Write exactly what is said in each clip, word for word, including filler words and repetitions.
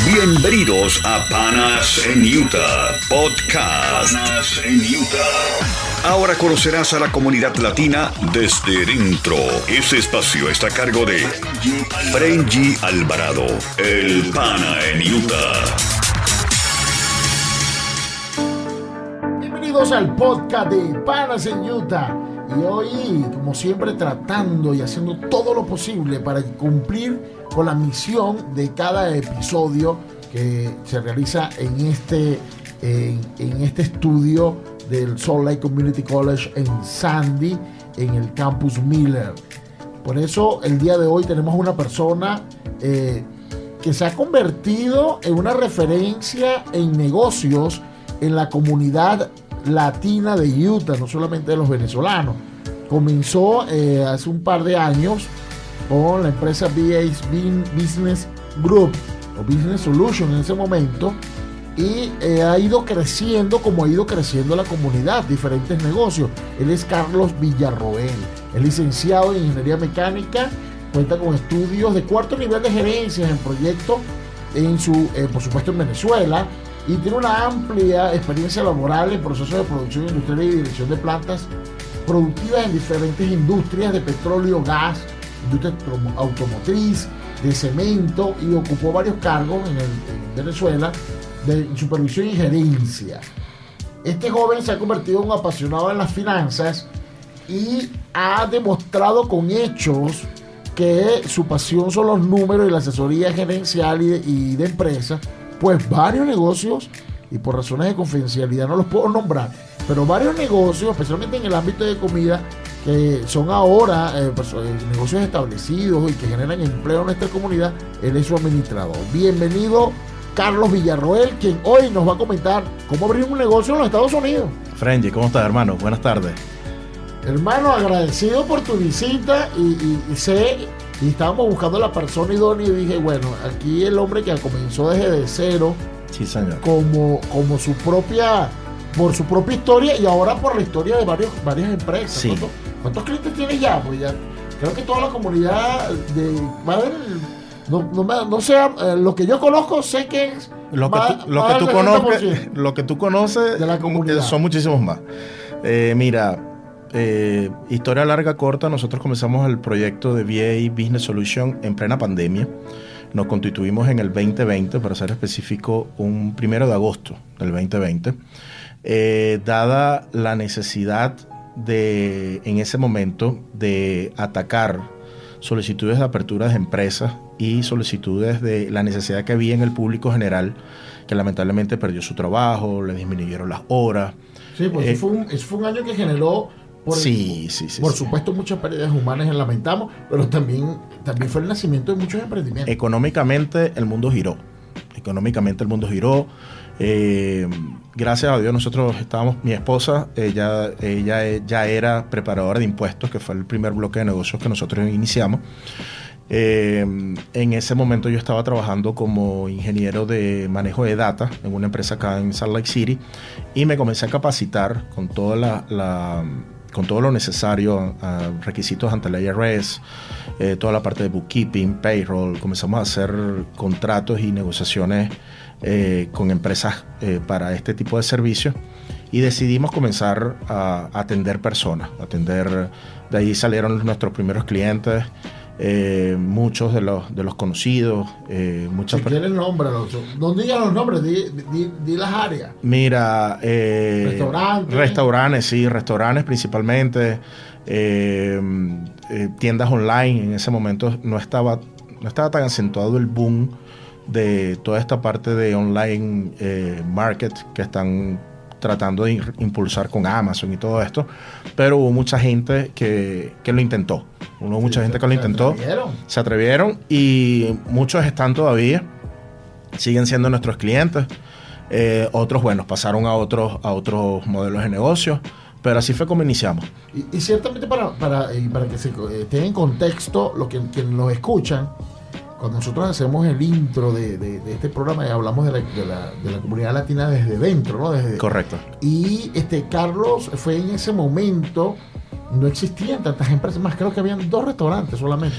Bienvenidos a Panas en Utah Podcast. Panas en Utah. Ahora conocerás a la comunidad latina desde dentro. Este espacio está a cargo de Frenji Alvarado, el Pana en Utah. Bienvenidos al podcast de Panas en Utah. Y hoy, como siempre, tratando y haciendo todo lo posible para cumplir con la misión de cada episodio que se realiza en este, en, en este estudio del Salt Lake Community College en Sandy, en el Campus Miller. Por eso, el día de hoy tenemos una persona eh, que se ha convertido en una referencia en negocios en la comunidad latina de Utah, no solamente de los venezolanos. Comenzó eh, hace un par de años con la empresa B A Business Group o Business Solution en ese momento, y eh, ha ido creciendo como ha ido creciendo la comunidad, diferentes negocios. Él es Carlos Villarroel, es licenciado en Ingeniería Mecánica, cuenta con estudios de cuarto nivel de gerencias en proyectos, en su, eh, por supuesto en Venezuela, y tiene una amplia experiencia laboral en procesos de producción industrial y dirección de plantas productivas en diferentes industrias de petróleo, gas, industria automotriz, de cemento, y ocupó varios cargos en, el, en Venezuela de supervisión y gerencia. Este joven se ha convertido en un apasionado en las finanzas y ha demostrado con hechos que su pasión son los números y la asesoría gerencial y de, y de empresas. Pues varios negocios, y por razones de confidencialidad no los puedo nombrar, pero varios negocios, especialmente en el ámbito de comida, que son ahora eh, pues, eh, negocios establecidos y que generan empleo en nuestra comunidad, él es su administrador. Bienvenido, Carlos Villarroel, quien hoy nos va a comentar cómo abrir un negocio en los Estados Unidos. Frenji, ¿cómo estás, hermano? Buenas tardes. Hermano, agradecido por tu visita, y, y, y sé... Y estábamos buscando la persona idónea y dije, bueno, aquí el hombre que comenzó desde cero, sí, señor, como, como su propia, por su propia historia y ahora por la historia de varios, varias empresas. Sí. ¿Cuántos, ¿Cuántos clientes tienes ya? Pues ya creo que toda la comunidad de madre, no, no, no sea, eh, lo que yo conozco, sé que es lo que más, tú, lo que tú conoces, lo que tú conoces de la comunidad. Son muchísimos más. Eh, mira. Eh, historia larga, corta, nosotros comenzamos el proyecto de B A Business Solution en plena pandemia. Nos constituimos en el veinte veinte, para ser específico, un primero de agosto del veinte veinte, eh, dada la necesidad de, en ese momento, de atacar solicitudes de aperturas de empresas y solicitudes de la necesidad que había en el público general, que lamentablemente perdió su trabajo, le disminuyeron las horas. Sí, pues eh, eso, fue un, eso fue un año que generó... Por, sí, sí, sí. Por sí. supuesto, muchas pérdidas humanas, lamentamos, pero también, también fue el nacimiento de muchos emprendimientos. Económicamente, el mundo giró. Económicamente, el mundo giró. Eh, gracias a Dios, nosotros estábamos, mi esposa, ella, ella ya era preparadora de impuestos, que fue el primer bloque de negocios que nosotros iniciamos. Eh, en ese momento yo estaba trabajando como ingeniero de manejo de data en una empresa acá en Salt Lake City, y me comencé a capacitar con toda la, la con todo lo necesario, uh, requisitos ante la I R S, eh, toda la parte de bookkeeping, payroll. Comenzamos a hacer contratos y negociaciones eh, con empresas eh, para este tipo de servicios, y decidimos comenzar a, a atender personas, a atender, de ahí salieron nuestros primeros clientes. Eh, muchos de los de los conocidos, eh, muchas si quieres nómbralos, no digas los nombres, di, di, di las áreas. Mira, eh, restaurantes, restaurantes, sí, restaurantes principalmente, eh, eh, tiendas online. En ese momento no estaba no estaba tan acentuado el boom de toda esta parte de online eh, market que están tratando de impulsar con Amazon y todo esto, pero hubo mucha gente que, que lo intentó. Hubo sí, mucha gente se, que lo intentó, se atrevieron. se atrevieron y muchos están todavía, siguen siendo nuestros clientes. Eh, otros, bueno, pasaron a otros, a otros modelos de negocio, pero así fue como iniciamos. Y, y ciertamente para, para, para que se eh, tenga en contexto lo que quienes nos escuchan, cuando nosotros hacemos el intro de, de, de este programa y hablamos de la, de, la, de la comunidad latina desde dentro, ¿no? Desde, Correcto. Y este Carlos fue en ese momento, no existían tantas empresas más, creo que habían dos restaurantes solamente.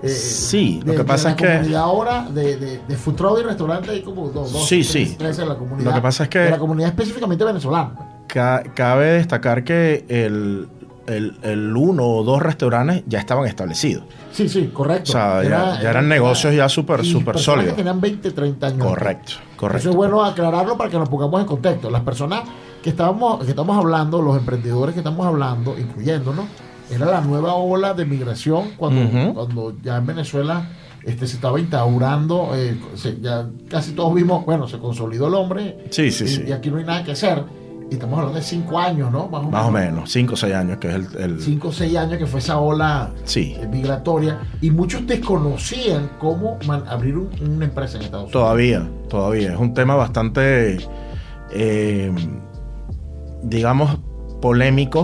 Eh, sí, de, lo que pasa de es que... la comunidad ahora de, de, de food truck y restaurante hay como dos, dos sí, tres, sí. tres en la comunidad. Lo que pasa es que... De la comunidad específicamente venezolana. Ca- cabe destacar que el, el, el uno o dos restaurantes ya estaban establecidos. Sí, sí, correcto. O sea, Era- ya, ya eran era- negocios ya súper, y súper personas sólidos. que tenían veinte, treinta años. Correcto, correcto. Eso es bueno aclararlo para que nos pongamos en contexto. Las personas que estábamos, que estamos hablando, los emprendedores que estamos hablando, incluyéndonos, era la nueva ola de migración cuando, Ujú. cuando ya en Venezuela este, se estaba instaurando, eh, se- ya casi todos vimos, bueno, se consolidó el hombre. Sí, sí, y, sí. y aquí no hay nada que hacer. Y estamos hablando de cinco años, ¿no? Más o Más o menos. menos, cinco o seis años, que es el... el- Cinco o seis años que fue esa ola Sí. eh, migratoria. Y muchos desconocían cómo man- abrir un- una empresa en Estados Unidos. Todavía, todavía. Es un tema bastante, eh, digamos, polémico,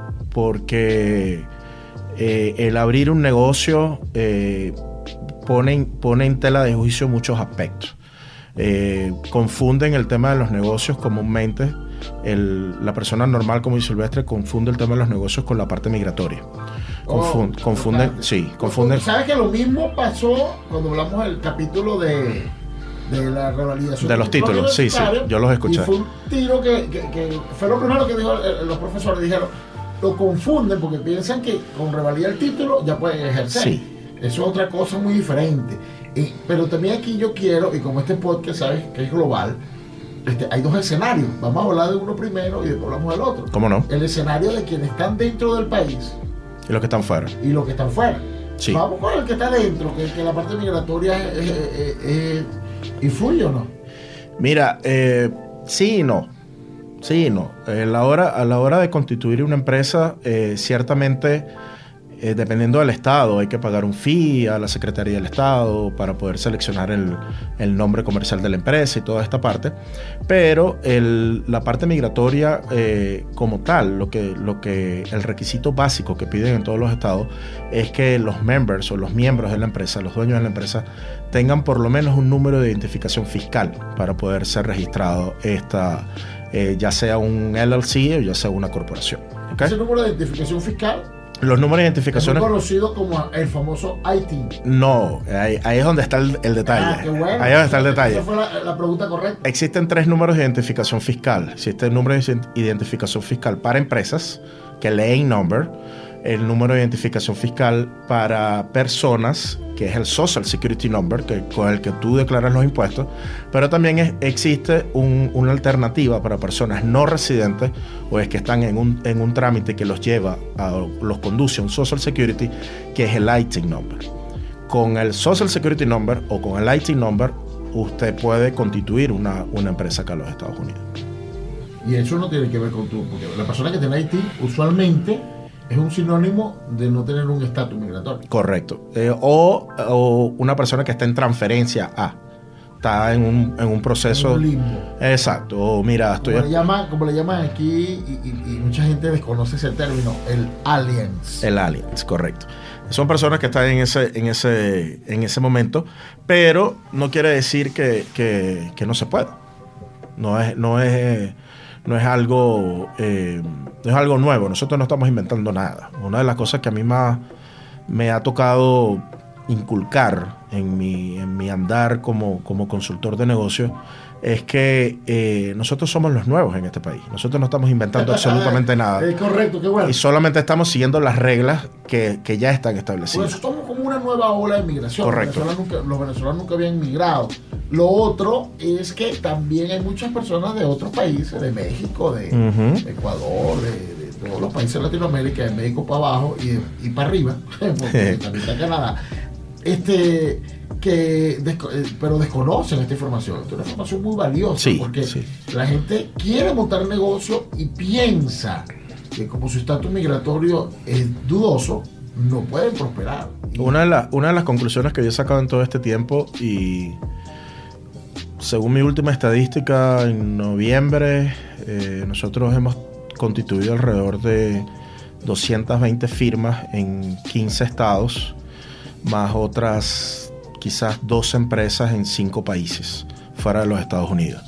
porque eh, el abrir un negocio eh, pone, en- pone en tela de juicio muchos aspectos. Eh, confunden el tema de los negocios comúnmente. El- la persona normal como y silvestre confunde el tema de los negocios con la parte migratoria. Confun- Oh, confunden, bastante. sí, confunden. ¿Sabes que lo mismo pasó cuando hablamos del capítulo de, de la revalidación De los del diploma títulos, sí, sí, universitario? yo los escuché. Y fue un tiro que, que- que fue lo primero que dijo eh, los profesores. Dijeron, lo confunden porque piensan que con revalidar el título ya pueden ejercer. Sí. Eso es otra cosa muy diferente. Y- pero también aquí yo quiero, y como este podcast sabes que es global, este, hay dos escenarios. Vamos a hablar de uno primero y después hablamos del otro. ¿Cómo no? El escenario de quienes están dentro del país Y los que están fuera. y los que están fuera. Sí. Vamos con el que está dentro, que, que la parte migratoria es- es- es- es- influye o no. Mira, eh, sí y no. Sí y no. Eh, la hora, a la hora de constituir una empresa, eh, ciertamente, eh, dependiendo del estado, hay que pagar un fee a la Secretaría del Estado para poder seleccionar el, el nombre comercial de la empresa y toda esta parte. Pero el- la parte migratoria eh, como tal, lo que, lo que, el requisito básico que piden en todos los estados es que los members o los miembros de la empresa, los dueños de la empresa, tengan por lo menos un número de identificación fiscal para poder ser registrado esta, eh, ya sea un L L C o ya sea una corporación. ¿Ok? Ese número de identificación fiscal Los números de es muy identificación conocido como el famoso I T I N. no, ahí, ahí es donde está el, el detalle. Ah, qué bueno. Ahí es donde está el detalle. Esa fue la, la pregunta correcta. Existen tres números de identificación fiscal. Existe el número de identificación fiscal para empresas, que es el A I N number, el número de identificación fiscal para personas, que es el Social Security Number, que, con el que tú declaras los impuestos, pero también es- existe un- una alternativa para personas no residentes o es que están en un, en un trámite que los lleva, a, los conduce a un Social Security, que es el I T I N Number. Con el Social Security Number o con el I T I N Number, usted puede constituir una, una empresa acá en los Estados Unidos. Y eso no tiene que ver con tú, porque la persona que tiene I T I usualmente es un sinónimo de no tener un estatus migratorio. Correcto. Eh, o, o una persona que está en transferencia a, está en un, en un proceso. Un limbo. Exacto. O mira, estoy. Como le llaman, como le llaman aquí, y, y- y mucha gente desconoce ese término, el aliens. El aliens, correcto. Son personas que están en ese, en ese, en ese momento, pero no quiere decir que, que, que no se pueda. No es, no es, no es algo, eh, no es algo nuevo. Nosotros no estamos inventando nada. Una de las cosas que a mí más me ha tocado inculcar en mi, en mi andar como, como consultor de negocios es que eh, nosotros somos los nuevos en este país. Nosotros no estamos inventando absolutamente nada. Es correcto, qué bueno. Y solamente estamos siguiendo las reglas que, que ya están Por establecidas. eso somos como una nueva ola de migración. Correcto. Los venezolanos nunca, los venezolanos nunca habían migrado. Lo otro es que también hay muchas personas de otros países, de México, de, Ujú. de Ecuador, de, de todos los países de Latinoamérica, de México para abajo y, de- y para arriba, porque también está Canadá, este, que desco- eh, pero desconocen esta información. Esta es una información muy valiosa Sí, porque sí. la gente quiere montar negocio y piensa que como su estatus migratorio es dudoso, no pueden prosperar. Y- Una de, las- una de las conclusiones que yo he sacado en todo este tiempo y según mi última estadística en noviembre eh, nosotros hemos constituido alrededor de doscientas veinte firmas en quince estados más otras quizás doce empresas en cinco países fuera de los Estados Unidos.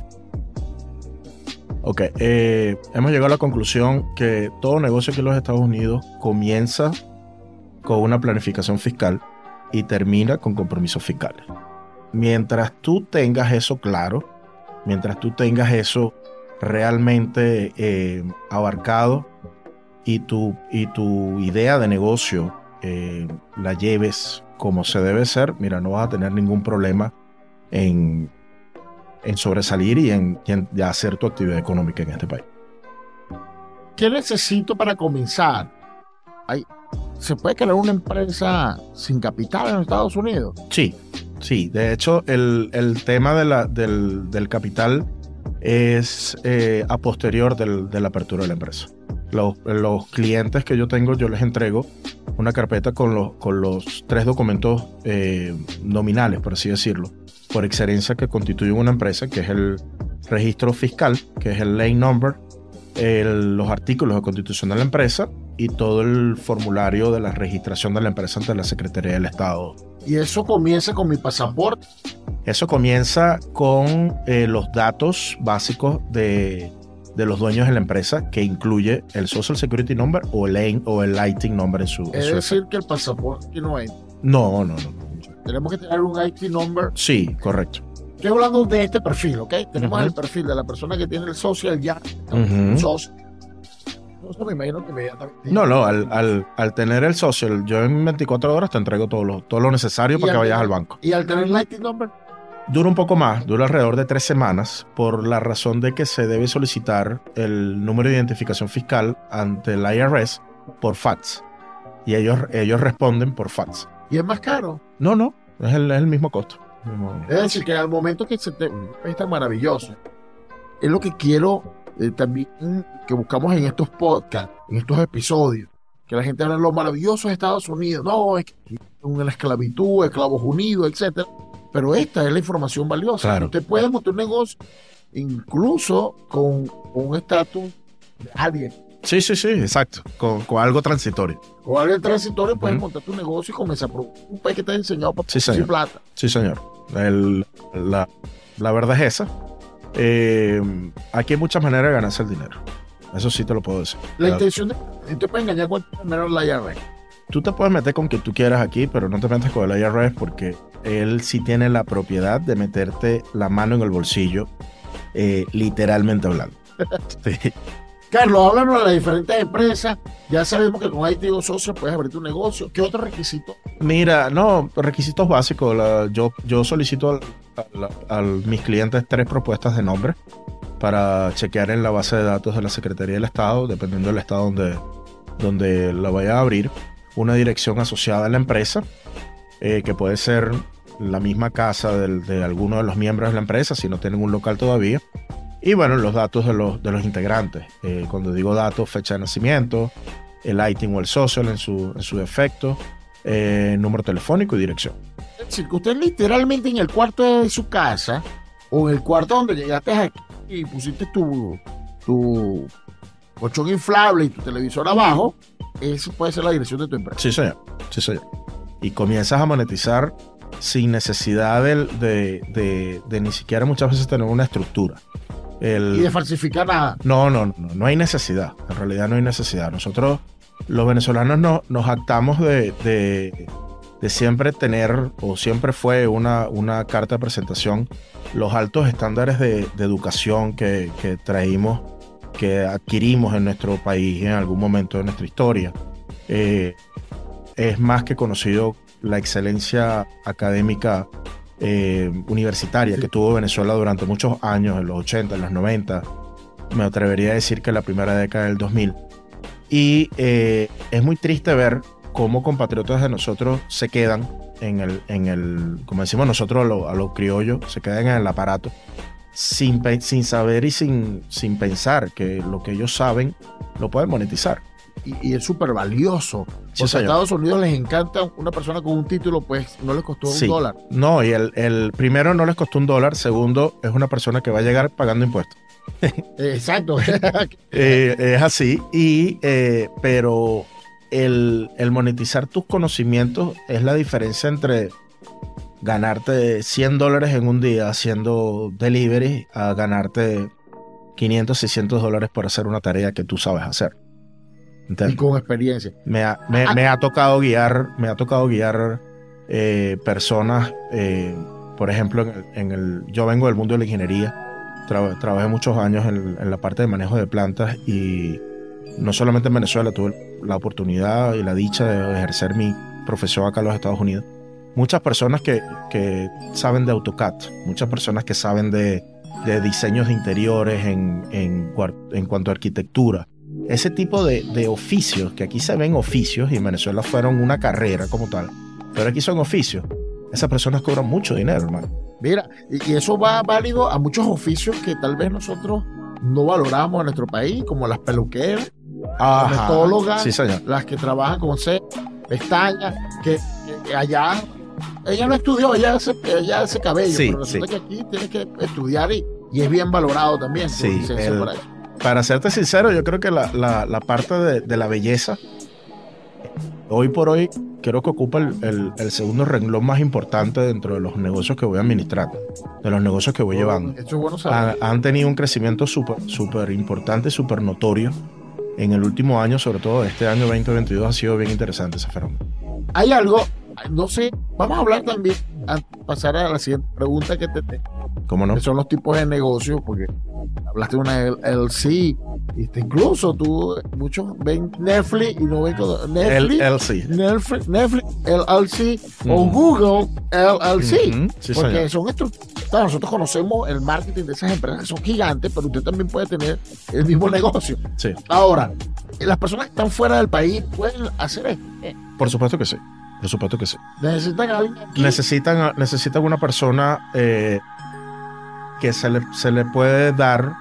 Ok, eh, hemos llegado a la conclusión que todo negocio aquí en los Estados Unidos comienza con una planificación fiscal y termina con compromisos fiscales. Mientras tú tengas eso claro, mientras tú tengas eso realmente eh, abarcado y tu, y tu idea de negocio eh, la lleves como se debe ser, mira, no vas a tener ningún problema en, en sobresalir y en, y en hacer tu actividad económica en este país. ¿Qué necesito para comenzar? Ay, ¿se puede crear una empresa sin capital en Estados Unidos? Sí, sí. De hecho, el, el tema de la, del, del capital es eh, a posterior del, de la apertura de la empresa. Los, los clientes que yo tengo, yo les entrego una carpeta con los, con los tres documentos eh, nominales, por así decirlo, por excelencia que constituyen una empresa, que es el registro fiscal, que es el lane number, el, los artículos de constitución de la empresa y todo el formulario de la registración de la empresa ante la Secretaría del Estado. ¿Y eso comienza con mi pasaporte? Eso comienza con eh, los datos básicos de, de los dueños de la empresa, que incluye el Social Security Number o el, I, o el I T I N Number en su... Es en su decir, efecto. que el pasaporte no es. No, no, no. Tenemos que tener un I T I N Number. Sí, correcto. Estoy hablando de este perfil, ¿ok? Tenemos Uh-huh. el perfil de la persona que tiene el social ya. Uh-huh. Social. Social, me imagino que inmediatamente. No, no, al, al, al tener el social, yo en veinticuatro horas te entrego todo lo, todo lo necesario Y para que al- vayas al banco. Y al tener el I T I N Number, Dura un poco más, dura alrededor de tres semanas, por la razón de que se debe solicitar el número de identificación fiscal ante el I R S por fax. Y ellos, ellos responden por fax. y es más caro. No, no, es el, es el mismo costo. Es decir, que al momento que se te... Es tan maravilloso. Es lo que quiero eh, también que buscamos en estos podcasts, en estos episodios. Que la gente habla de lo maravilloso de Estados Unidos. No, es que una esclavitud, esclavos unidos, etcétera. Pero esta es la información valiosa. Claro. Usted puede montar un negocio incluso con, con un estatus de alguien. Sí, sí, sí, exacto, con, con algo transitorio. Con alguien transitorio puedes Ujú. montar tu negocio y comenzar por un país que te ha enseñado para Sí, producir señor. plata. Sí, señor. El- la, la verdad es esa. Eh, aquí hay muchas maneras de ganarse el dinero. Eso sí te lo puedo decir. La Claro. intención de... Usted puede engañar con menos la I R S. Tú te puedes meter con quien tú quieras aquí, pero no te metas con el I R S porque él sí tiene la propiedad de meterte la mano en el bolsillo, eh, literalmente hablando. Sí. Carlos, háblanos de las diferentes empresas. Ya sabemos que con I T I o socio puedes abrir tu negocio. ¿Qué otro requisito? Mira, no, requisitos básicos. La- yo, yo solicito al- a, a mis clientes tres propuestas de nombre para chequear en la base de datos de la Secretaría del Estado, dependiendo del estado donde, donde la vaya a abrir, una dirección asociada a la empresa, eh, que puede ser la misma casa del- de alguno de los miembros de la empresa, si no tienen un local todavía. Y bueno, los datos de los, de los integrantes. Eh, cuando digo datos, fecha de nacimiento, el I T I N o el social en su, en su defecto, eh, número telefónico y dirección. Es decir, que usted literalmente en el cuarto de su casa o en el cuarto donde llegaste aquí y pusiste tu, tu colchón inflable y tu televisor abajo, eso puede ser la dirección de tu empresa. Sí, señor. Sí, señor. Y comienzas a monetizar sin necesidad de, de, de, de ni siquiera muchas veces tener una estructura. El... Y de falsificar nada. No, no, no, no hay necesidad. En realidad no hay necesidad. Nosotros, los venezolanos, no, nos jactamos de, de, de siempre tener, o siempre fue una, una carta de presentación, los altos estándares de, de educación que, que traímos, que adquirimos en nuestro país en algún momento de nuestra historia. Eh, es más que conocido la excelencia académica eh, universitaria Sí. que tuvo Venezuela durante muchos años, en los ochenta, en los noventa, me atrevería a decir que la primera década del dos mil. Y eh, es muy triste ver cómo compatriotas de nosotros se quedan en el, en el como decimos nosotros a los a lo criollos, se quedan en el aparato sin, pe- sin saber y sin, sin pensar que lo que ellos saben lo pueden monetizar. Y, y es súper valioso. Sí, Porque a señor. Estados Unidos les encanta una persona con un título, pues no les costó Sí. un dólar. No, y el, el primero no les costó un dólar, segundo es una persona que va a llegar pagando impuestos. Eh, Exacto. Eh, es así, y, eh, pero el, el monetizar tus conocimientos es la diferencia entre ganarte cien dólares en un día haciendo delivery a ganarte quinientos, seiscientos dólares por hacer una tarea que tú sabes hacer. Y ¿Entiendes? con experiencia. Me ha, me, me ha tocado guiar, me ha tocado guiar eh, personas, eh, por ejemplo, en el, en el, yo vengo del mundo de la ingeniería, tra- trabajé muchos años en, en la parte de manejo de plantas y no solamente en Venezuela, tuve la oportunidad y la dicha de ejercer mi profesión acá en los Estados Unidos. Muchas personas que, que saben de AutoCAD, muchas personas que saben de, de diseños de interiores en, en, en cuanto a arquitectura. Ese tipo de, de oficios, que aquí se ven oficios y en Venezuela fueron una carrera como tal, pero aquí son oficios. Esas personas cobran mucho dinero, hermano. Mira, y, y eso va válido a muchos oficios que tal vez nosotros no valoramos en nuestro país, como las peluqueras, las metólogas, sí, señor. las que trabajan con ce- pestañas, que, que, que allá, ella no estudió, ella hace, ella hace cabello, Sí, pero resulta sí. que aquí tienes que estudiar y, y es bien valorado también. Sí, tu licencia el- por ahí. Para serte sincero, yo creo que la, la, la parte de, de la belleza, hoy por hoy, creo que ocupa el, el, el segundo renglón más importante dentro de los negocios que voy administrando, de los negocios que voy llevando. Eso es bueno saber. Ha- han tenido un crecimiento súper súper importante, súper notorio en el último año, sobre todo este año veinte veintidós ha sido bien interesante ese fenómeno. Hay algo, no sé, vamos a hablar también, a pasar a la siguiente pregunta que te tengo, ¿Cómo no? que son los tipos de negocios, porque hablaste de una L L C, y este, incluso tú, muchos ven Netflix y no ven todo. El Netflix, L C. Netflix, Netflix L L C o Ujú. Google L L C. Ujú, sí, porque señor. son estos, claro, nosotros conocemos el marketing de esas empresas que son gigantes, pero usted también puede tener el mismo negocio. Sí, Ahora, las personas que están fuera del país pueden hacer esto. por supuesto que sí. Por supuesto que sí. Necesitan a alguien aquí. Necesitan, necesitan una persona eh, que se le, se le puede dar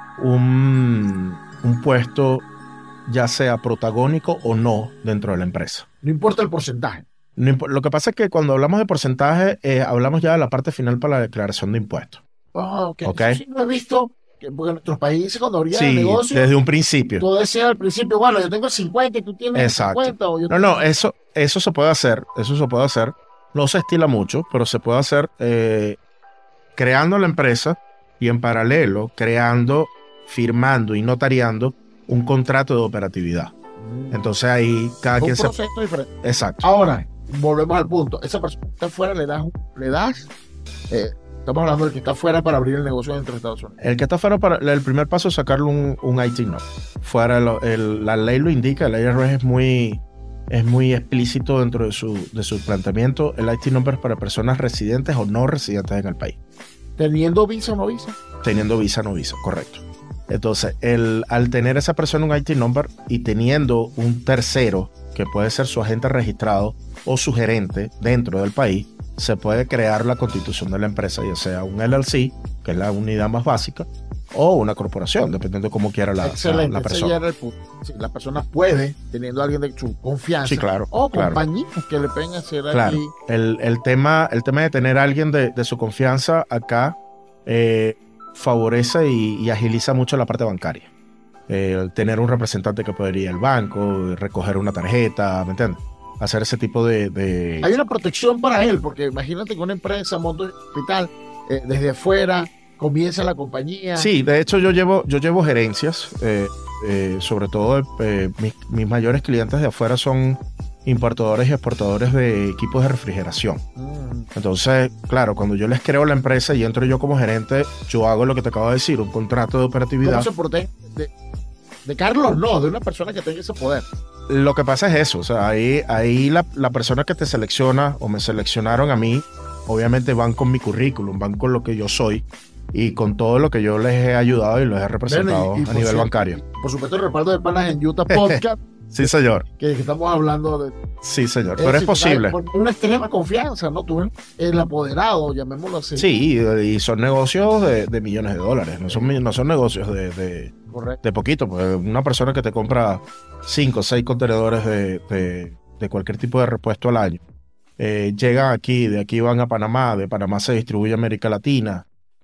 un, un puesto, ya sea protagónico o no, dentro de la empresa. No importa el porcentaje. No impo- lo que pasa es que cuando hablamos de porcentaje, eh, hablamos ya de la parte final para la declaración de impuestos. Ah, ok. Ok. Eso sí lo he visto, que porque en nuestros países cuando abrían el Sí, negocio, desde un principio. tú decías al principio, bueno, yo tengo el cincuenta y tú tienes Exacto. el cincuenta. O yo No, tengo- no, eso, eso se puede hacer, eso se puede hacer. No se estila mucho, pero se puede hacer eh, creando la empresa y en paralelo creando, firmando y notariando un contrato de operatividad. Mm. Entonces ahí cada un quien se... proceso diferente. Exacto. Ahora, volvemos al punto. Esa persona que está afuera le das, un- le das eh, estamos hablando del que está afuera para abrir el negocio dentro de Estados Unidos. El que está fuera, para, el primer paso es sacarle un, un I T number. Fuera, el, el, la ley lo indica, el I R S es muy, es muy explícito dentro de su, de su planteamiento. El I T number es para personas residentes o no residentes en el país. Teniendo visa o no visa. Teniendo visa, no visa, correcto. Entonces, el, al tener esa persona un I T number y teniendo un tercero, que puede ser su agente registrado o su gerente dentro del país, se puede crear la constitución de la empresa, ya sea un L L C, que es la unidad más básica, o una corporación, dependiendo de cómo quiera la, la, Excelente. la Ese persona. ya era el punto. Sí, la persona puede, teniendo a alguien de su confianza, Sí, claro, o claro. compañías que le pueden hacer Claro, aquí. el, el, tema, el tema de tener a alguien de, de su confianza acá eh, favorece y, y agiliza mucho la parte bancaria. Eh, el tener un representante que puede ir al banco, recoger una tarjeta, ¿me entiendes? Hacer ese tipo de... de... Hay una protección para él, porque imagínate que una empresa monta un hospital eh, desde afuera, comienza la compañía. Sí, de hecho yo llevo, yo llevo gerencias, eh, eh, sobre todo eh, mis, mis mayores clientes de afuera son importadores y exportadores de equipos de refrigeración. Mm. Entonces, claro, cuando yo les creo la empresa y entro yo como gerente, yo hago lo que te acabo de decir, un contrato de operatividad. ¿Cómo se protege? De, de Carlos, no, de una persona que tenga ese poder. Lo que pasa es eso, o sea, ahí, ahí la, la persona que te selecciona o me seleccionaron a mí, obviamente van con mi currículum, van con lo que yo soy y con todo lo que yo les he ayudado y los he representado Bueno, y- y a por nivel cierto, bancario. Por supuesto, el respaldo de Panas en Utah Podcast, Sí, señor. que estamos hablando de... Sí, señor. Pero es decir, posible. Por una extrema confianza, ¿no? Tú eres el apoderado, llamémoslo así. Sí, y, y son negocios de, de millones de dólares, no son, mi- no son negocios de, de, Correcto. de poquito. Pues una persona que te compra cinco o seis contenedores de, de, de cualquier tipo de repuesto al año, eh, llegan aquí, de aquí van a Panamá, de Panamá se distribuye a América Latina,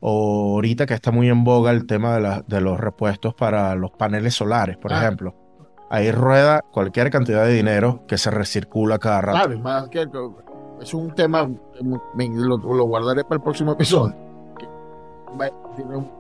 o ahorita que está muy en boga el tema de, la, de los repuestos para los paneles solares, por Ah. ejemplo. Ahí rueda cualquier cantidad de dinero que se recircula cada rato. Claro, y más que es un tema, me- lo, lo guardaré para el próximo episodio. Que Bi- tiene un-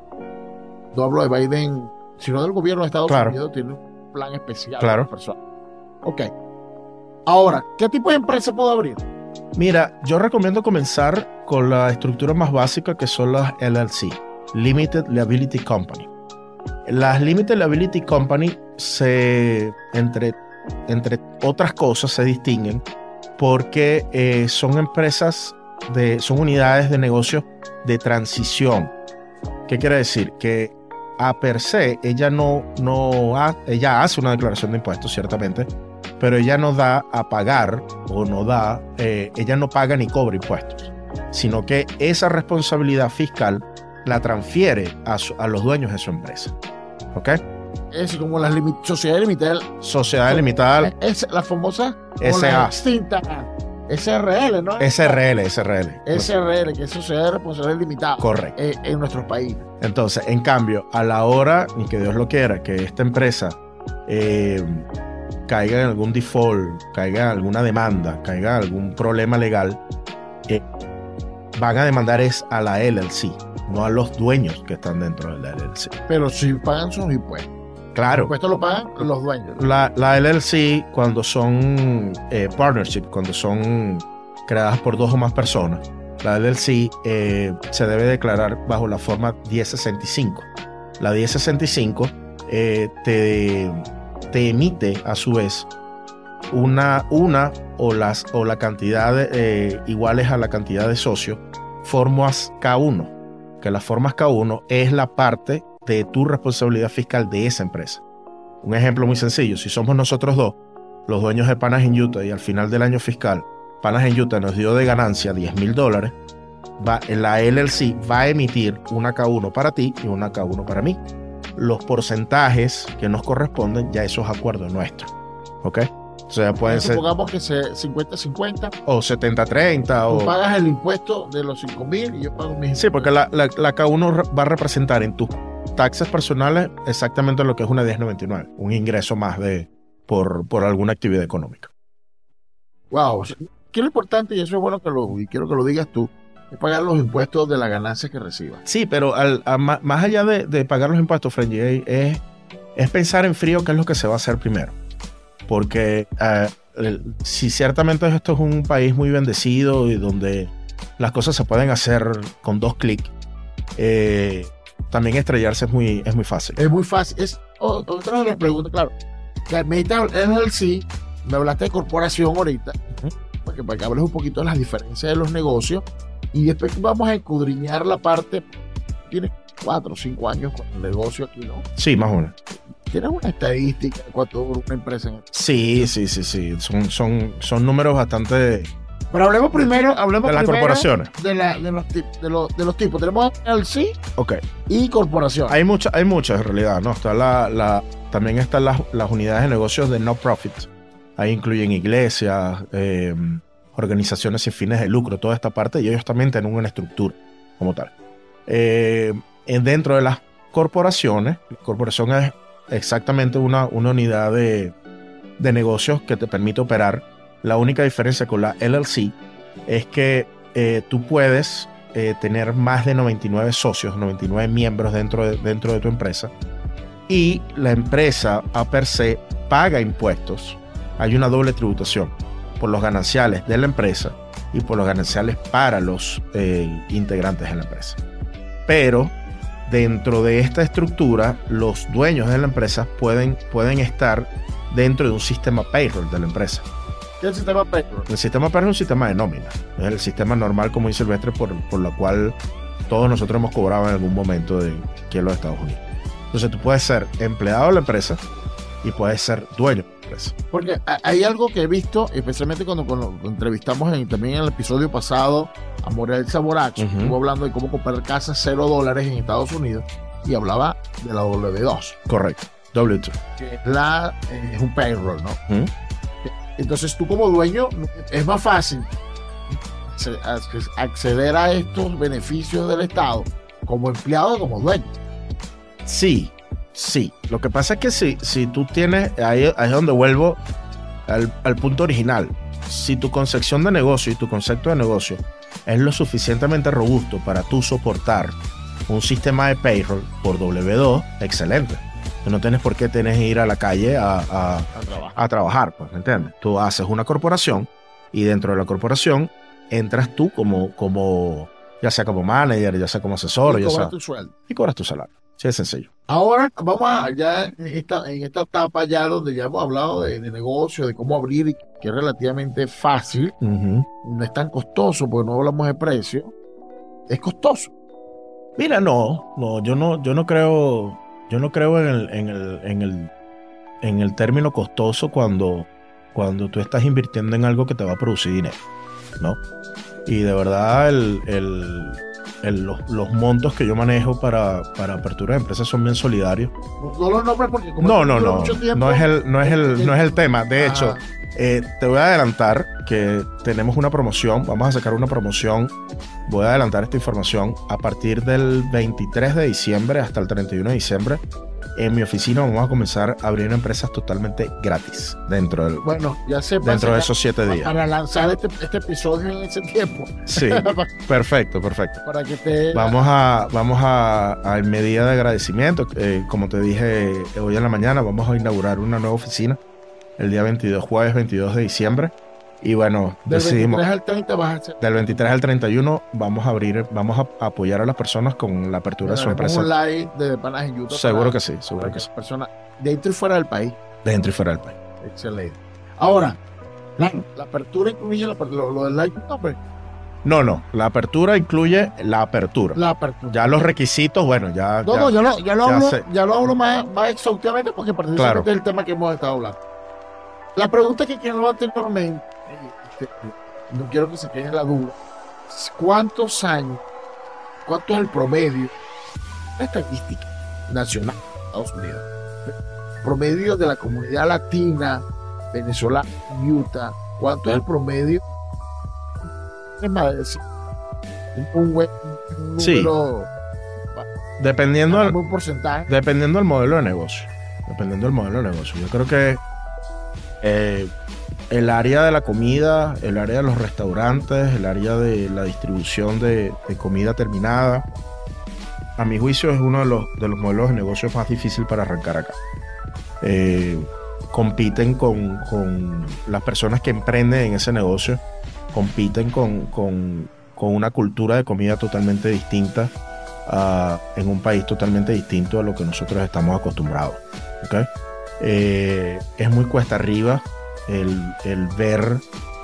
no hablo de Biden, sino del gobierno de Estados Claro. Unidos, tiene un plan especial Claro. para personas. Ok. Ahora, ¿qué tipo de empresa puedo abrir? Mira, yo recomiendo comenzar con la estructura más básica, que son las L L C, Limited Liability Company. Las Limited Liability Company, se, entre, entre otras cosas, se distinguen porque eh, son empresas, de, son unidades de negocio de transición. ¿Qué quiere decir? Que a per se, ella no, no ha, ella hace una declaración de impuestos, ciertamente, pero ella no da a pagar o no da, eh, ella no paga ni cobra impuestos, sino que esa responsabilidad fiscal la transfiere a, su, a los dueños de su empresa. ¿Ok? Es como las limit sociedades limitadas. Sociedad limitada. Es la famosa S A. Extinta. S R L, ¿no? S R L, S R L. S R L, que es Sociedad de Responsabilidad Limitada. Correcto. Eh, en nuestros países. Entonces, en cambio, a la hora, ni que Dios lo quiera, que esta empresa eh, caiga en algún default, caiga en alguna demanda, caiga en algún problema legal, eh, van a demandar es a la L L C, no a los dueños que están dentro de la L L C. Pero si pagan sus impuestos. Claro. Los impuestos lo pagan los dueños. La, la L L C, cuando son eh, partnership, cuando son creadas por dos o más personas, la L L C eh, se debe declarar bajo la forma diez sesenta y cinco. La diez sesenta y cinco eh, te, te emite a su vez una, una o, las, o la cantidad de, eh, iguales a la cantidad de socios, formas K uno, que las formas K uno es la parte de tu responsabilidad fiscal de esa empresa. Un ejemplo muy sencillo: si somos nosotros dos, los dueños de Panas en Utah, y al final del año fiscal Panas en Utah nos dio de ganancia diez mil dólares, va, la L L C va a emitir una K uno para ti y una K uno para mí. Los porcentajes que nos corresponden, ya esos acuerdos nuestros. ¿Ok? O sea, pueden ser... Supongamos que sea cincuenta cincuenta. O setenta treinta. Tú o... pagas el impuesto de los cinco mil y yo pago mis... Sí, porque la, la, la K uno va a representar en tus taxes personales exactamente lo que es una diez noventa y nueve, un ingreso más de por, por alguna actividad económica. Wow, ¿qué es lo importante? Y eso es bueno que lo, y quiero que lo digas tú, es pagar los impuestos de las ganancias que recibas. Sí, pero al, a, más allá de, de pagar los impuestos, Frenzy, es, es pensar en frío qué es lo que se va a hacer primero. Porque uh, el, si ciertamente esto es un país muy bendecido y donde las cosas se pueden hacer con dos clics, eh, también estrellarse es muy, es muy fácil. Es muy fácil. Es oh, otra de las preguntas, claro. Que me dijiste L L C, me hablaste de corporación ahorita, uh-huh. para, que, para que hables un poquito de las diferencias de los negocios, y después vamos a escudriñar la parte. Tienes cuatro o cinco años con el negocio aquí, ¿no? Sí, más o menos. ¿Tienes una estadística de cuánto dura una empresa en esto? Sí, sí, sí, sí. Son, son, son números bastante... Pero hablemos primero, hablemos de las primero corporaciones. De, la, de, los, de, los, de los tipos. Tenemos L L C okay. y corporación. Hay, mucha, hay muchas en realidad, ¿no? Está la, la, también están las, las unidades de negocios de no-profit. Ahí incluyen iglesias, eh, organizaciones sin fines de lucro, toda esta parte, y ellos también tienen una estructura como tal. Eh, dentro de las corporaciones, la corporación es exactamente una, una unidad de, de negocios que te permite operar. La única diferencia con la L L C es que eh, tú puedes eh, tener más de noventa y nueve socios, noventa y nueve miembros dentro de, dentro de tu empresa, y la empresa a per se paga impuestos. Hay una doble tributación por los gananciales de la empresa y por los gananciales para los eh, integrantes de la empresa. Pero dentro de esta estructura, los dueños de la empresa pueden, pueden estar dentro de un sistema payroll de la empresa. ¿Qué es el sistema payroll? El sistema payroll es un sistema de nómina. Es el sistema normal, como dice Silvestre, por, por lo cual todos nosotros hemos cobrado en algún momento de aquí en los Estados Unidos. Entonces tú puedes ser empleado de la empresa y puedes ser dueño de la empresa. Porque hay algo que he visto, especialmente cuando, cuando entrevistamos en, también en el episodio pasado a Morel Saboracho, uh-huh. estuvo hablando de cómo comprar casas cero dólares en Estados Unidos y hablaba de la W dos. Correcto, W dos. Que es, la, eh, es un payroll, ¿no? Uh-huh. Entonces tú como dueño es más fácil acceder a estos beneficios del Estado como empleado que como dueño. Sí, sí. Lo que pasa es que si, si tú tienes, ahí, ahí es donde vuelvo al, al punto original. Si tu concepción de negocio y tu concepto de negocio es lo suficientemente robusto para tú soportar un sistema de payroll por W dos, excelente. Tú no tienes por qué tienes que ir a la calle a, a, a, trabajar. a trabajar, pues, ¿me entiendes? Tú haces una corporación y dentro de la corporación entras tú como, como, ya sea como manager, ya sea como asesor, y ya cobras sea, tu sueldo. y cobras tu salario. Sí, es sencillo. Ahora vamos a, ya en esta, en esta etapa ya donde ya hemos hablado de, de negocio, de cómo abrir, y que es relativamente fácil, Uh-huh. no es tan costoso porque no hablamos de precio, es costoso. Mira, no, no, yo no, yo no creo, yo no creo en el, en el, en el, en el término costoso cuando, cuando tú estás invirtiendo en algo que te va a producir dinero, ¿no? Y de verdad el, el, el- los, los montos que yo manejo para, para apertura de empresas son bien solidarios. No los nombres porque como No, esto no, dura no, mucho tiempo, no es el, no es el, no es el tema. De hecho, Ajá. eh, te voy a adelantar que tenemos una promoción, vamos a sacar una promoción, voy a adelantar esta información a partir del veintitrés de diciembre hasta el treinta y uno de diciembre. En mi oficina vamos a comenzar a abrir empresas totalmente gratis dentro, del, Bueno, ya se dentro de esos siete días. para lanzar este, este episodio en ese tiempo. Sí, perfecto, perfecto. Para que te... Vamos a, vamos a, a en medida de agradecimiento, eh, como te dije hoy en la mañana, vamos a inaugurar una nueva oficina el día veintidós, jueves veintidós de diciembre. Y bueno, del decidimos, veintitrés al treinta vas a hacer... del veintitrés al treinta y uno vamos a abrir, vamos a apoyar a las personas con la apertura de su Haremos empresa. un live de panas en YouTube. Seguro para- que sí, seguro para que que sí. personas dentro y fuera del país. Dentro y fuera del país. Excelente. Ahora, la, la apertura incluye la, aper- lo, lo del live, no, pero No, no, la apertura incluye la apertura. la apertura. Ya los requisitos, bueno, ya... No, ya- no, yo lo, ya lo ya hablo, sé. ya lo hablo más, más exhaustivamente porque precisamente Claro. es el tema que hemos estado hablando. La pregunta que quiero anteriormente, este, no quiero que se quede en la duda, es ¿cuántos años, cuánto es el promedio, la estadística nacional de Estados Unidos, promedio de la comunidad latina, venezolana, Utah, cuánto es el promedio? Es más de decir, un buen un Sí. número, Dependiendo del, un porcentaje. Dependiendo del modelo de negocio. Dependiendo del modelo de negocio. Yo creo que eh, el área de la comida, el área de los restaurantes, el área de la distribución de, de comida terminada, a mi juicio es uno de los, de los modelos de negocio más difícil para arrancar acá. Eh, compiten con, con las personas que emprenden en ese negocio, compiten con, con, con una cultura de comida totalmente distinta. Uh, en un país totalmente distinto a lo que nosotros estamos acostumbrados. ¿Okay? Eh, es muy cuesta arriba el, el ver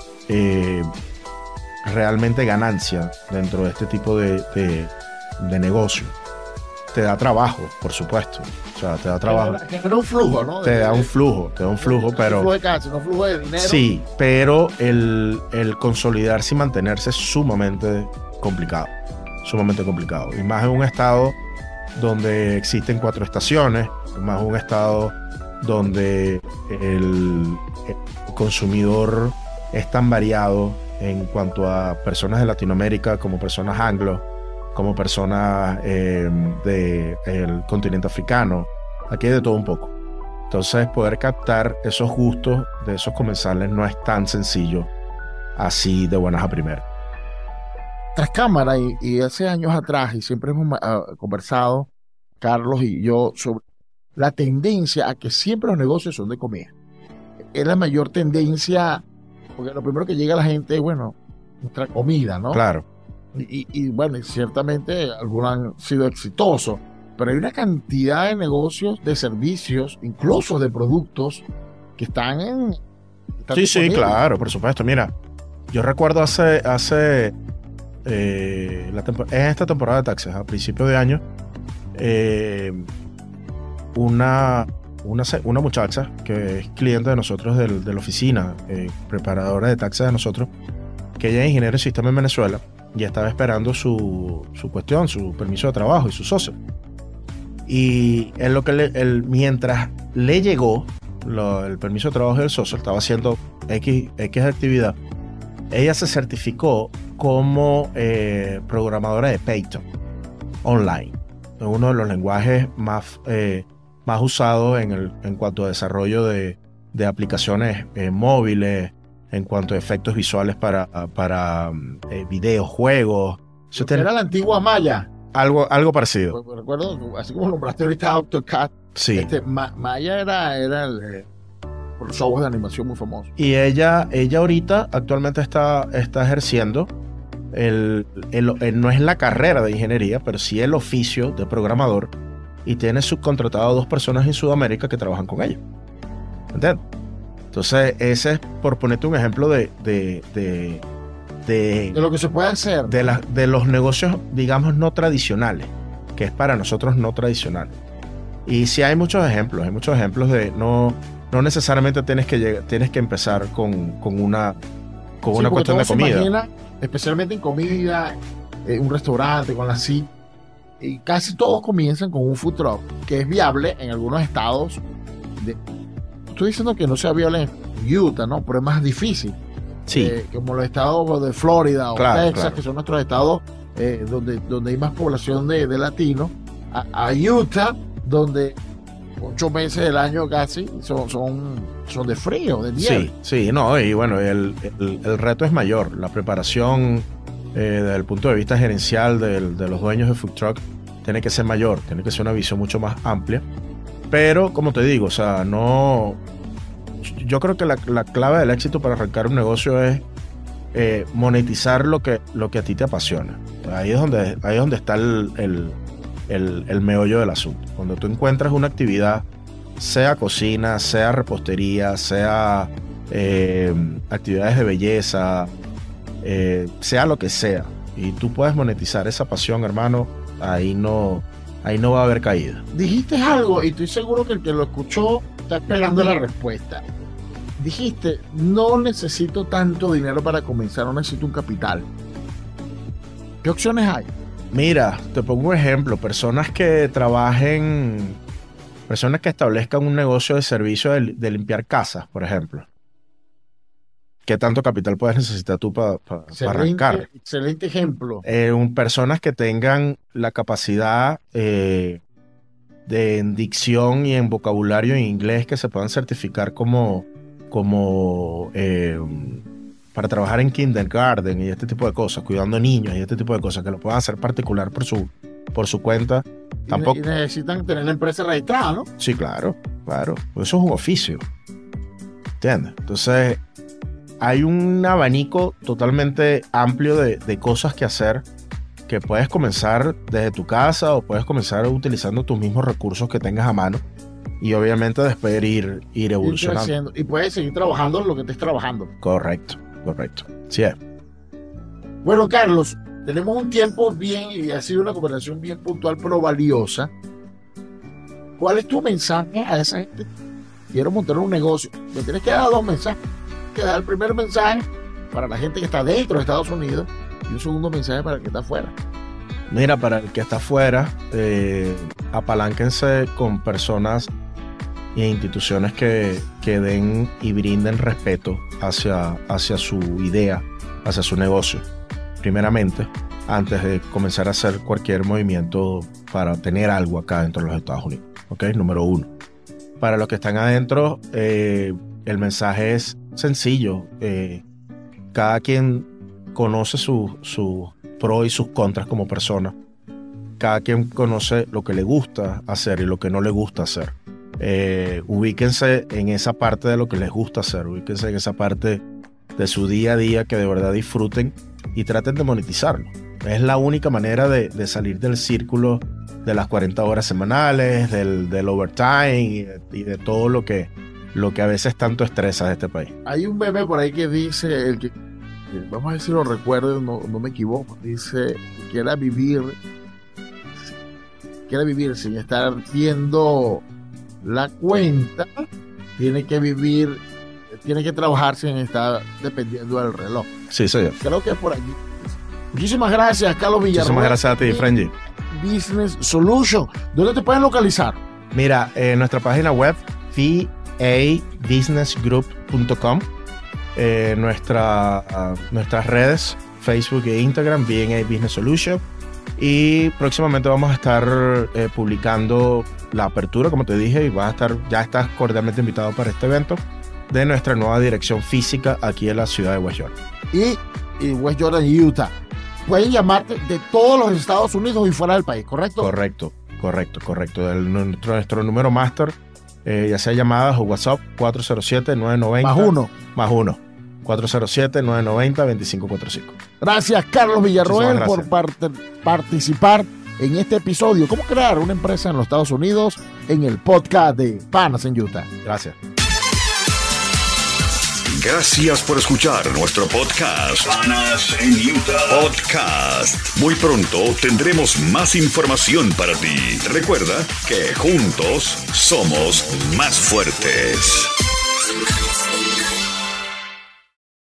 eh, realmente ganancia dentro de este tipo de, de, de negocio. Te da trabajo, por supuesto. O sea, te da trabajo. Que era un flujo, ¿no? Te da un flujo, te da un flujo, pero... No flujo de casa, no flujo de dinero. Sí, pero el, el consolidarse y mantenerse es sumamente complicado. Sumamente complicado. Y más en un estado donde existen cuatro estaciones, más en un estado donde el, el consumidor es tan variado en cuanto a personas de Latinoamérica como personas anglo, como personas eh, del continente africano. Aquí hay de todo un poco. Entonces, poder captar esos gustos de esos comensales no es tan sencillo así de buenas a primeras. Tras cámara y, y hace años atrás, y siempre hemos uh, conversado, Carlos y yo, sobre la tendencia a que siempre los negocios son de comida. Es la mayor tendencia, porque lo primero que llega a la gente es, bueno, nuestra comida, ¿no? Claro. Y, y bueno, y ciertamente algunos han sido exitosos, pero hay una cantidad de negocios, de servicios, incluso de productos que están en... están Sí, sí, disponibles. claro, por supuesto. Mira, yo recuerdo hace, hace eh, la tempo- en esta temporada de taxes, a principio de año, eh, una, una, se- una muchacha que es cliente de nosotros del- de la oficina, eh, preparadora de taxes de nosotros, que ella es ingeniera en sistema en Venezuela y estaba esperando su, su cuestión, su permiso de trabajo y su socio. Y en lo que le, el, mientras le llegó lo, el permiso de trabajo del socio, estaba haciendo X, X actividad, ella se certificó como eh, programadora de Python online. Es uno de los lenguajes más, eh, más usados en, el, en cuanto a desarrollo de, de aplicaciones eh, móviles, en cuanto a efectos visuales para, para eh, videojuegos. Eso tiene Era la antigua Maya. algo, algo parecido. Pues, recuerdo, así como nombraste ahorita AutoCAD, Sí. este, Ma- Maya era, era el eh, software de animación muy famoso. Y ella, ella ahorita actualmente está, está ejerciendo el, el, el, no es la carrera de ingeniería, pero sí el oficio de programador, y tiene subcontratado a dos personas en Sudamérica que trabajan con ellos. ¿Entiendes? Entonces, ese es por ponerte un ejemplo de... de, de De, de lo que se puede hacer. De, la, de los negocios, digamos, no tradicionales, que es para nosotros no tradicional. Y sí hay muchos ejemplos, hay muchos ejemplos de no, no necesariamente tienes que llegar, tienes que empezar con, con una, con sí, una cuestión de comida. Se imagina, especialmente en comida, eh, un restaurante con la C I P, y casi todos comienzan con un food truck, que es viable en algunos estados. De, estoy diciendo que no sea viable en Utah, ¿no? Pero es más difícil. Sí. Eh, como los estados de Florida o claro, Texas, claro. que son nuestros estados eh, donde, donde hay más población de, de latinos, a, a Utah, donde ocho meses del año casi son, son, son de frío, de nieve. Sí, sí, no, y bueno, el, el, el reto es mayor. La preparación eh, desde el punto de vista gerencial de, de los dueños de food truck tiene que ser mayor, tiene que ser una visión mucho más amplia. Pero, como te digo, o sea, no... Yo creo que la, la clave del éxito para arrancar un negocio es eh, monetizar lo que, lo que a ti te apasiona. Ahí es donde, ahí es donde está el, el, el, el meollo del asunto. Cuando tú encuentras una actividad, sea cocina, sea repostería, sea eh, actividades de belleza, eh, sea lo que sea, y tú puedes monetizar esa pasión, hermano, ahí no, ahí no va a haber caída. Dijiste algo y estoy seguro que el que lo escuchó está esperando la respuesta. Dijiste, no necesito tanto dinero para comenzar, no necesito un capital. ¿Qué opciones hay? Mira, te pongo un ejemplo. Personas que trabajen, personas que establezcan un negocio de servicio de, de limpiar casas, por ejemplo. ¿Qué tanto capital puedes necesitar tú para pa, pa arrancar? Excelente ejemplo. Eh, un, personas que tengan la capacidad... Eh, de en dicción y en vocabulario en inglés, que se puedan certificar como, como eh, para trabajar en kindergarten y este tipo de cosas, cuidando niños y este tipo de cosas, que lo puedan hacer particular por su, por su cuenta. Y, Tampoco... y necesitan tener la empresa registrada, ¿no? Sí, claro, claro. Eso es un oficio. ¿Entiendes? Entonces, hay un abanico totalmente amplio de, de cosas que hacer, que puedes comenzar desde tu casa o puedes comenzar utilizando tus mismos recursos que tengas a mano y obviamente después ir, ir evolucionando. Y puedes seguir trabajando en lo que estés trabajando. Correcto, correcto. Sí es. Bueno, Carlos, tenemos un tiempo bien y ha sido una conversación bien puntual pero valiosa. ¿Cuál es tu mensaje a esa gente? Quiero montar un negocio. Me tienes que dar dos mensajes. Tienes que dar el primer mensaje para la gente que está dentro de Estados Unidos y un segundo mensaje para el que está afuera. Mira, para el que está afuera, eh, apalánquense con personas e instituciones que, que den y brinden respeto hacia, hacia su idea, hacia su negocio, primeramente, antes de comenzar a hacer cualquier movimiento para tener algo acá dentro de los Estados Unidos. ¿Ok? Número uno. Para los que están adentro, eh, el mensaje es sencillo. Eh, cada quien conoce sus su pros y sus contras como persona. Cada quien conoce lo que le gusta hacer y lo que no le gusta hacer. Eh, ubíquense en esa parte de lo que les gusta hacer, ubíquense en esa parte de su día a día que de verdad disfruten y traten de monetizarlo. Es la única manera de, de salir del círculo de las cuarenta horas semanales, del, del overtime y de, y de todo lo que, lo que a veces tanto estresa de este país. Hay un meme por ahí que dice, el que, vamos a ver si lo recuerdo, no, no me equivoco, dice que quiera vivir, quiera vivir sin estar viendo la cuenta, tiene que vivir, tiene que trabajar sin estar dependiendo del reloj. Sí, señor. Creo que es por allí. Muchísimas gracias, Carlos Villarroel. Muchísimas gracias a ti, Frenji. Business Solution. ¿Dónde te pueden localizar? Mira, en eh, nuestra página web, v a business group punto com, eh, nuestra, uh, nuestras redes, Facebook e Instagram, V A Business Solution. Y próximamente vamos a estar eh, publicando la apertura, como te dije, y vas a estar, ya estás cordialmente invitado para este evento de nuestra nueva dirección física aquí en la ciudad de West Jordan. Y, y West Jordan, Utah. Pueden llamarte de todos los Estados Unidos y fuera del país, ¿correcto? Correcto, correcto, correcto. El, nuestro, nuestro número máster, eh, ya sea llamadas o WhatsApp, cuatro cero siete, nueve nueve cero. Más uno. Más uno. cuatro cero siete, nueve nueve cero, dos cinco cuatro cinco. Gracias, Carlos Villarroel, gracias. por parte, participar en este episodio. ¿Cómo crear una empresa en los Estados Unidos? En el podcast de Panas en Utah. Gracias. Gracias por escuchar nuestro podcast Panas en Utah Podcast. Muy pronto tendremos más información para ti. Recuerda que juntos somos más fuertes.